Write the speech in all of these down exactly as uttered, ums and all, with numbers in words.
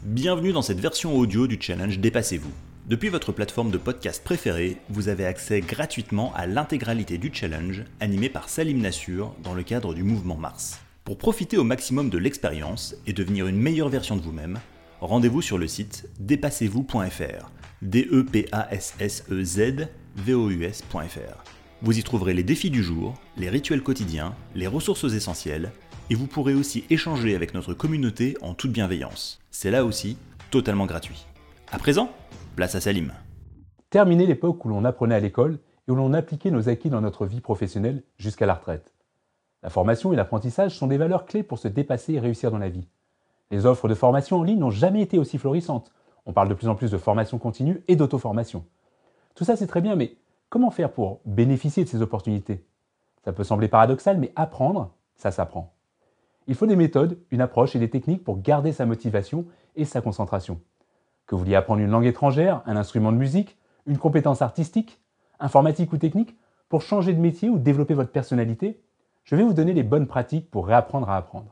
Bienvenue dans cette version audio du challenge Dépassez-vous. Depuis votre plateforme de podcast préférée, vous avez accès gratuitement à l'intégralité du challenge animé par Salim Nassur dans le cadre du mouvement Mars. Pour profiter au maximum de l'expérience et devenir une meilleure version de vous-même, rendez-vous sur le site dépassez vous point f r, d e p a s s e z v o u s point f r. Vous y trouverez les défis du jour, les rituels quotidiens, les ressources essentielles, et vous pourrez aussi échanger avec notre communauté en toute bienveillance. C'est là aussi totalement gratuit. À présent, place à Salim. Terminer l'époque où l'on apprenait à l'école et où l'on appliquait nos acquis dans notre vie professionnelle jusqu'à la retraite. La formation et l'apprentissage sont des valeurs clés pour se dépasser et réussir dans la vie. Les offres de formation en ligne n'ont jamais été aussi florissantes. On parle de plus en plus de formation continue et d'auto-formation. Tout ça c'est très bien, mais comment faire pour bénéficier de ces opportunités ? Ça peut sembler paradoxal, mais apprendre, ça s'apprend. Il faut des méthodes, une approche et des techniques pour garder sa motivation et sa concentration. Que vous vouliez apprendre une langue étrangère, un instrument de musique, une compétence artistique, informatique ou technique, pour changer de métier ou développer votre personnalité, je vais vous donner les bonnes pratiques pour réapprendre à apprendre.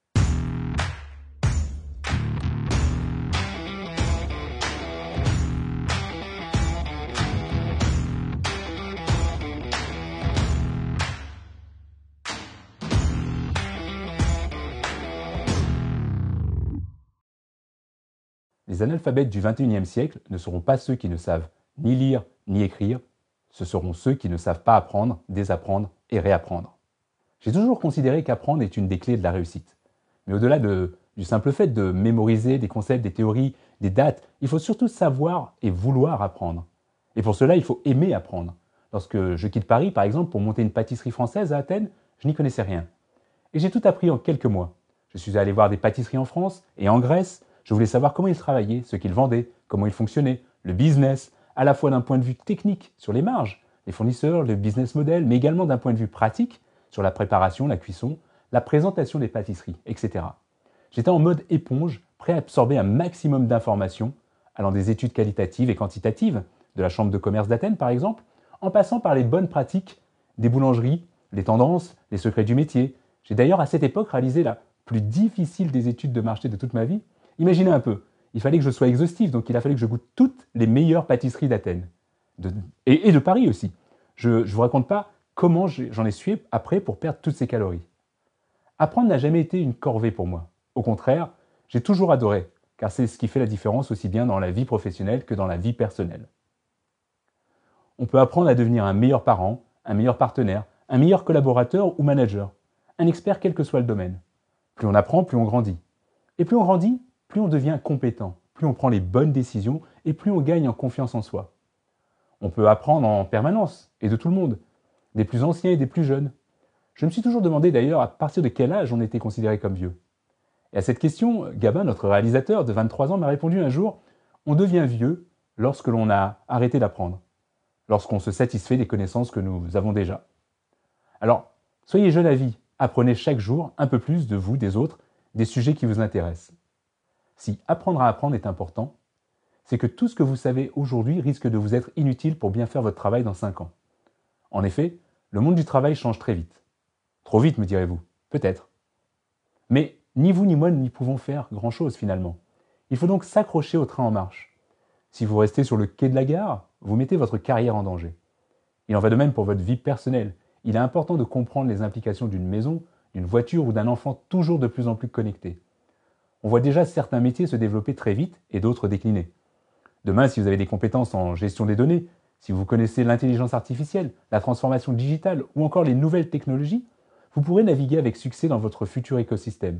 Les analphabètes du vingt et unième siècle ne seront pas ceux qui ne savent ni lire ni écrire, ce seront ceux qui ne savent pas apprendre, désapprendre et réapprendre. J'ai toujours considéré qu'apprendre est une des clés de la réussite. Mais au-delà de, du simple fait de mémoriser des concepts, des théories, des dates, il faut surtout savoir et vouloir apprendre. Et pour cela, il faut aimer apprendre. Lorsque je quitte Paris, par exemple, pour monter une pâtisserie française à Athènes, je n'y connaissais rien. Et j'ai tout appris en quelques mois. Je suis allé voir des pâtisseries en France et en Grèce. Je voulais savoir comment ils travaillaient, ce qu'ils vendaient, comment ils fonctionnaient, le business, à la fois d'un point de vue technique sur les marges, les fournisseurs, le business model, mais également d'un point de vue pratique sur la préparation, la cuisson, la présentation des pâtisseries, et cetera. J'étais en mode éponge, prêt à absorber un maximum d'informations, allant des études qualitatives et quantitatives, de la Chambre de commerce d'Athènes par exemple, en passant par les bonnes pratiques des boulangeries, les tendances, les secrets du métier. J'ai d'ailleurs à cette époque réalisé la plus difficile des études de marché de toute ma vie. Imaginez un peu, il fallait que je sois exhaustif, donc il a fallu que je goûte toutes les meilleures pâtisseries d'Athènes. De, et, et de Paris aussi. Je ne vous raconte pas comment j'en ai sué après pour perdre toutes ces calories. Apprendre n'a jamais été une corvée pour moi. Au contraire, j'ai toujours adoré, car c'est ce qui fait la différence aussi bien dans la vie professionnelle que dans la vie personnelle. On peut apprendre à devenir un meilleur parent, un meilleur partenaire, un meilleur collaborateur ou manager, un expert quel que soit le domaine. Plus on apprend, plus on grandit. Et plus on grandit, plus on devient compétent, plus on prend les bonnes décisions et plus on gagne en confiance en soi. On peut apprendre en permanence, et de tout le monde, des plus anciens et des plus jeunes. Je me suis toujours demandé d'ailleurs à partir de quel âge on était considéré comme vieux. Et à cette question, Gabin, notre réalisateur de vingt-trois ans, m'a répondu un jour « On devient vieux lorsque l'on a arrêté d'apprendre, lorsqu'on se satisfait des connaissances que nous avons déjà. » Alors, soyez jeune à vie, apprenez chaque jour un peu plus de vous, des autres, des sujets qui vous intéressent. Si apprendre à apprendre est important, c'est que tout ce que vous savez aujourd'hui risque de vous être inutile pour bien faire votre travail dans cinq ans. En effet, le monde du travail change très vite. Trop vite, me direz-vous. Peut-être. Mais ni vous ni moi n'y pouvons faire grand-chose finalement. Il faut donc s'accrocher au train en marche. Si vous restez sur le quai de la gare, vous mettez votre carrière en danger. Il en va de même pour votre vie personnelle. Il est important de comprendre les implications d'une maison, d'une voiture ou d'un enfant toujours de plus en plus connecté. On voit déjà certains métiers se développer très vite et d'autres décliner. Demain, si vous avez des compétences en gestion des données, si vous connaissez l'intelligence artificielle, la transformation digitale ou encore les nouvelles technologies, vous pourrez naviguer avec succès dans votre futur écosystème.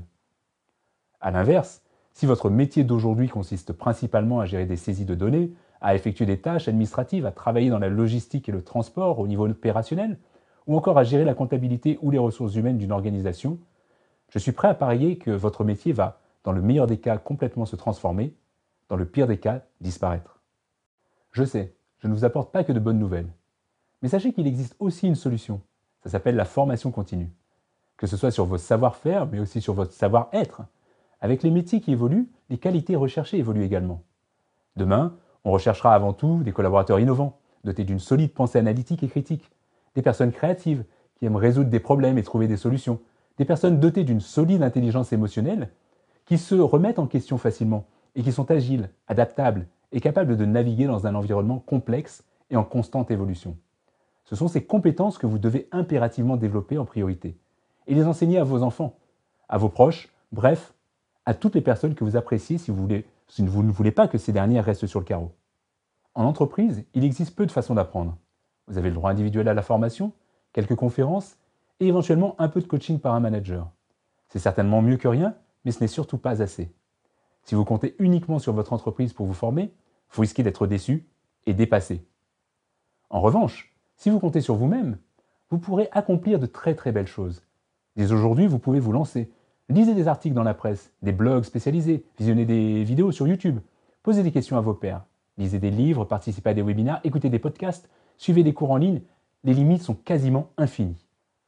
A l'inverse, si votre métier d'aujourd'hui consiste principalement à gérer des saisies de données, à effectuer des tâches administratives, à travailler dans la logistique et le transport au niveau opérationnel, ou encore à gérer la comptabilité ou les ressources humaines d'une organisation, je suis prêt à parier que votre métier va, dans le meilleur des cas, complètement se transformer, dans le pire des cas, disparaître. Je sais, je ne vous apporte pas que de bonnes nouvelles. Mais sachez qu'il existe aussi une solution. Ça s'appelle la formation continue. Que ce soit sur vos savoir-faire, mais aussi sur votre savoir-être. Avec les métiers qui évoluent, les qualités recherchées évoluent également. Demain, on recherchera avant tout des collaborateurs innovants, dotés d'une solide pensée analytique et critique, des personnes créatives qui aiment résoudre des problèmes et trouver des solutions, des personnes dotées d'une solide intelligence émotionnelle qui se remettent en question facilement et qui sont agiles, adaptables et capables de naviguer dans un environnement complexe et en constante évolution. Ce sont ces compétences que vous devez impérativement développer en priorité et les enseigner à vos enfants, à vos proches, bref, à toutes les personnes que vous appréciez si vous, voulez, si vous ne voulez pas que ces dernières restent sur le carreau. En entreprise, il existe peu de façons d'apprendre. Vous avez le droit individuel à la formation, quelques conférences et éventuellement un peu de coaching par un manager. C'est certainement mieux que rien, mais ce n'est surtout pas assez. Si vous comptez uniquement sur votre entreprise pour vous former, vous risquez d'être déçu et dépassé. En revanche, si vous comptez sur vous-même, vous pourrez accomplir de très très belles choses. Dès aujourd'hui, vous pouvez vous lancer. Lisez des articles dans la presse, des blogs spécialisés, visionnez des vidéos sur YouTube, posez des questions à vos pairs, lisez des livres, participez à des webinaires, écoutez des podcasts, suivez des cours en ligne. Les limites sont quasiment infinies.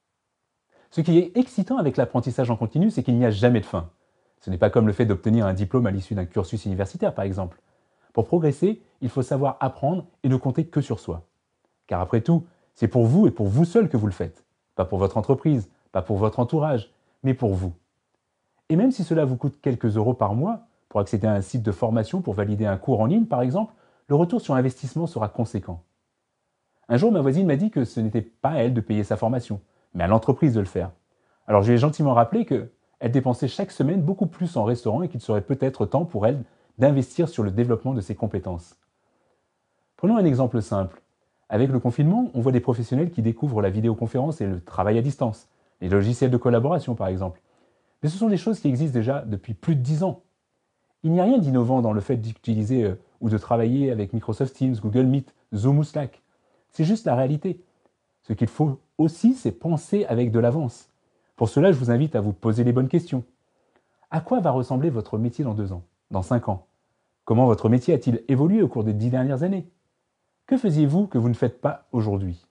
Ce qui est excitant avec l'apprentissage en continu, c'est qu'il n'y a jamais de fin. Ce n'est pas comme le fait d'obtenir un diplôme à l'issue d'un cursus universitaire, par exemple. Pour progresser, il faut savoir apprendre et ne compter que sur soi. Car après tout, c'est pour vous et pour vous seul que vous le faites. Pas pour votre entreprise, pas pour votre entourage, mais pour vous. Et même si cela vous coûte quelques euros par mois, pour accéder à un site de formation, pour valider un cours en ligne par exemple, le retour sur investissement sera conséquent. Un jour, ma voisine m'a dit que ce n'était pas à elle de payer sa formation, mais à l'entreprise de le faire. Alors je lui ai gentiment rappelé qu'elle dépensait chaque semaine beaucoup plus en restaurant et qu'il serait peut-être temps pour elle d'investir sur le développement de ses compétences. Prenons un exemple simple. Avec le confinement, on voit des professionnels qui découvrent la vidéoconférence et le travail à distance, les logiciels de collaboration par exemple. Mais ce sont des choses qui existent déjà depuis plus de dix ans. Il n'y a rien d'innovant dans le fait d'utiliser euh, ou de travailler avec Microsoft Teams, Google Meet, Zoom ou Slack. C'est juste la réalité. Ce qu'il faut aussi, c'est penser avec de l'avance. Pour cela, je vous invite à vous poser les bonnes questions. À quoi va ressembler votre métier dans deux ans, dans cinq ans? Comment votre métier a-t-il évolué au cours des dix dernières années? Que faisiez-vous que vous ne faites pas aujourd'hui?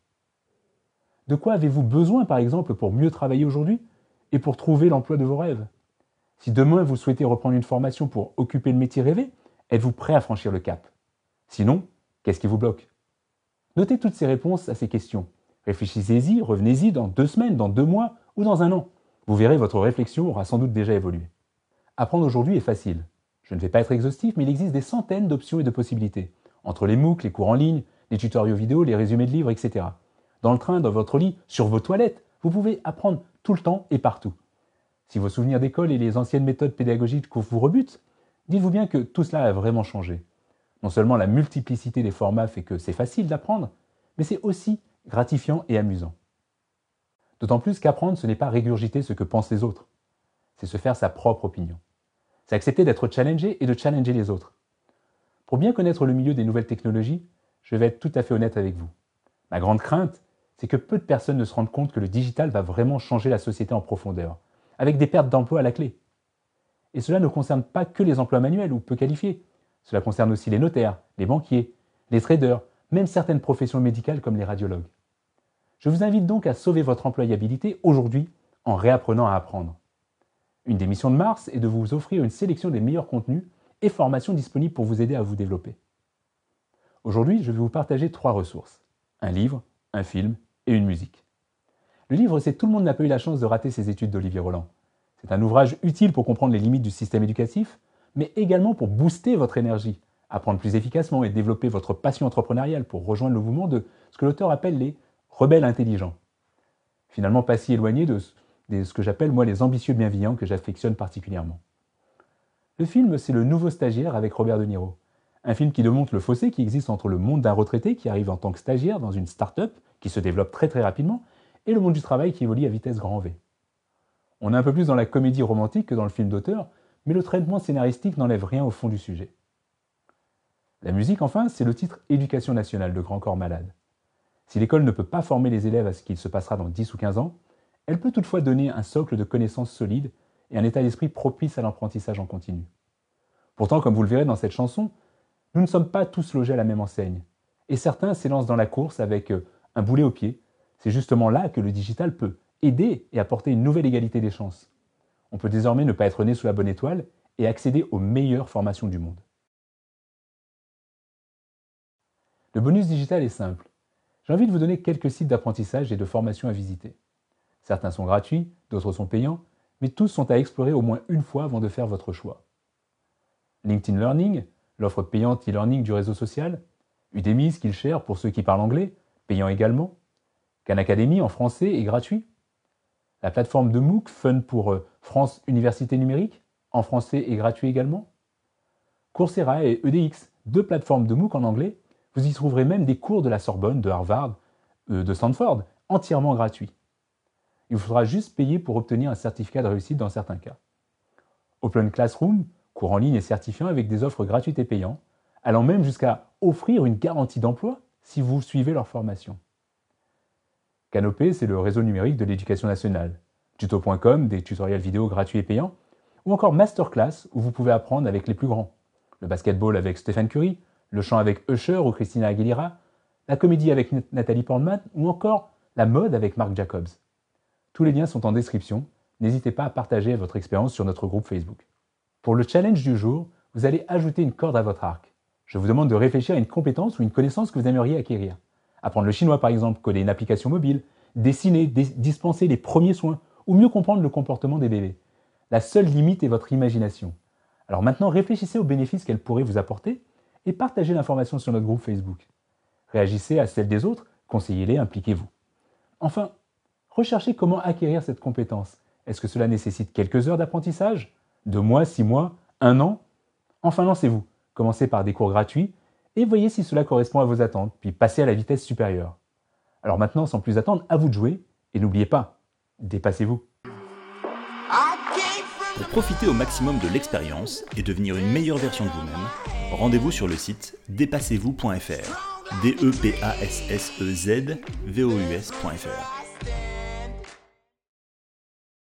De quoi avez-vous besoin, par exemple, pour mieux travailler aujourd'hui et pour trouver l'emploi de vos rêves? Si demain vous souhaitez reprendre une formation pour occuper le métier rêvé, êtes-vous prêt à franchir le cap? Sinon, qu'est-ce qui vous bloque? Notez toutes ces réponses à ces questions. Réfléchissez-y, revenez-y dans deux semaines, dans deux mois ou dans un an. Vous verrez, votre réflexion aura sans doute déjà évolué. Apprendre aujourd'hui est facile. Je ne vais pas être exhaustif, mais il existe des centaines d'options et de possibilités. Entre les MOOC, les cours en ligne, les tutoriaux vidéo, les résumés de livres, et cetera. Dans le train, dans votre lit, sur vos toilettes, vous pouvez apprendre tout le temps et partout. Si vos souvenirs d'école et les anciennes méthodes pédagogiques vous rebutent, dites-vous bien que tout cela a vraiment changé. Non seulement la multiplicité des formats fait que c'est facile d'apprendre, mais c'est aussi gratifiant et amusant. D'autant plus qu'apprendre, ce n'est pas régurgiter ce que pensent les autres. C'est se faire sa propre opinion. C'est accepter d'être challengé et de challenger les autres. Pour bien connaître le milieu des nouvelles technologies, je vais être tout à fait honnête avec vous. Ma grande crainte, c'est que peu de personnes ne se rendent compte que le digital va vraiment changer la société en profondeur, avec des pertes d'emplois à la clé. Et cela ne concerne pas que les emplois manuels ou peu qualifiés. Cela concerne aussi les notaires, les banquiers, les traders, même certaines professions médicales comme les radiologues. Je vous invite donc à sauver votre employabilité aujourd'hui en réapprenant à apprendre. Une des missions de Mars est de vous offrir une sélection des meilleurs contenus et formations disponibles pour vous aider à vous développer. Aujourd'hui, je vais vous partager trois ressources. Un livre, un film et une musique. Le livre, c'est Tout le monde n'a pas eu la chance de rater ses études d'Olivier Roland. C'est un ouvrage utile pour comprendre les limites du système éducatif, mais également pour booster votre énergie, apprendre plus efficacement et développer votre passion entrepreneuriale pour rejoindre le mouvement de ce que l'auteur appelle les rebelles intelligents. Finalement, pas si éloigné de ce que j'appelle moi les ambitieux bienveillants que j'affectionne particulièrement. Le film, c'est Le Nouveau Stagiaire avec Robert De Niro. Un film qui démontre le fossé qui existe entre le monde d'un retraité qui arrive en tant que stagiaire dans une start-up qui se développe très très rapidement et le monde du travail qui évolue à vitesse grand V. On est un peu plus dans la comédie romantique que dans le film d'auteur, mais le traitement scénaristique n'enlève rien au fond du sujet. La musique, enfin, c'est le titre Éducation nationale de Grand Corps Malade. Si l'école ne peut pas former les élèves à ce qu'il se passera dans dix ou quinze ans, elle peut toutefois donner un socle de connaissances solides et un état d'esprit propice à l'apprentissage en continu. Pourtant, comme vous le verrez dans cette chanson, nous ne sommes pas tous logés à la même enseigne. Et certains s'élancent dans la course avec un boulet au pied. C'est justement là que le digital peut aider et apporter une nouvelle égalité des chances. On peut désormais ne pas être né sous la bonne étoile et accéder aux meilleures formations du monde. Le bonus digital est simple. J'ai envie de vous donner quelques sites d'apprentissage et de formation à visiter. Certains sont gratuits, d'autres sont payants, mais tous sont à explorer au moins une fois avant de faire votre choix. LinkedIn Learning, l'offre payante e-learning du réseau social, Udemy, Skillshare pour ceux qui parlent anglais, payant également, Khan Academy en français et gratuit, la plateforme de MOOC Fun pour France Université Numérique, en français et gratuit également, Coursera et E D X, deux plateformes de MOOC en anglais. Vous y trouverez même des cours de la Sorbonne, de Harvard, euh, de Stanford, entièrement gratuits. Il vous faudra juste payer pour obtenir un certificat de réussite dans certains cas. Open Classroom, cours en ligne et certifiant avec des offres gratuites et payantes, allant même jusqu'à offrir une garantie d'emploi si vous suivez leur formation. Canopé, c'est le réseau numérique de l'éducation nationale. Tuto point com, des tutoriels vidéo gratuits et payants, ou encore Masterclass, où vous pouvez apprendre avec les plus grands. Le basketball avec Stephen Curry, le chant avec Usher ou Christina Aguilera, la comédie avec Nathalie Portman, ou encore la mode avec Marc Jacobs. Tous les liens sont en description, n'hésitez pas à partager votre expérience sur notre groupe Facebook. Pour le challenge du jour, vous allez ajouter une corde à votre arc. Je vous demande de réfléchir à une compétence ou une connaissance que vous aimeriez acquérir. Apprendre le chinois par exemple, coder une application mobile, dessiner, dispenser les premiers soins, ou mieux comprendre le comportement des bébés. La seule limite est votre imagination. Alors maintenant, réfléchissez aux bénéfices qu'elle pourrait vous apporter et partagez l'information sur notre groupe Facebook. Réagissez à celle des autres, conseillez-les, impliquez-vous. Enfin, recherchez comment acquérir cette compétence. Est-ce que cela nécessite quelques heures d'apprentissage ? Deux mois, six mois, un an ? Enfin, lancez-vous. Commencez par des cours gratuits et voyez si cela correspond à vos attentes, puis passez à la vitesse supérieure. Alors maintenant, sans plus attendre, à vous de jouer et n'oubliez pas, dépassez-vous. Pour profiter au maximum de l'expérience et devenir une meilleure version de vous-même, rendez-vous sur le site dépassez vous point f r. D E P A S S E Z V O U S point F R.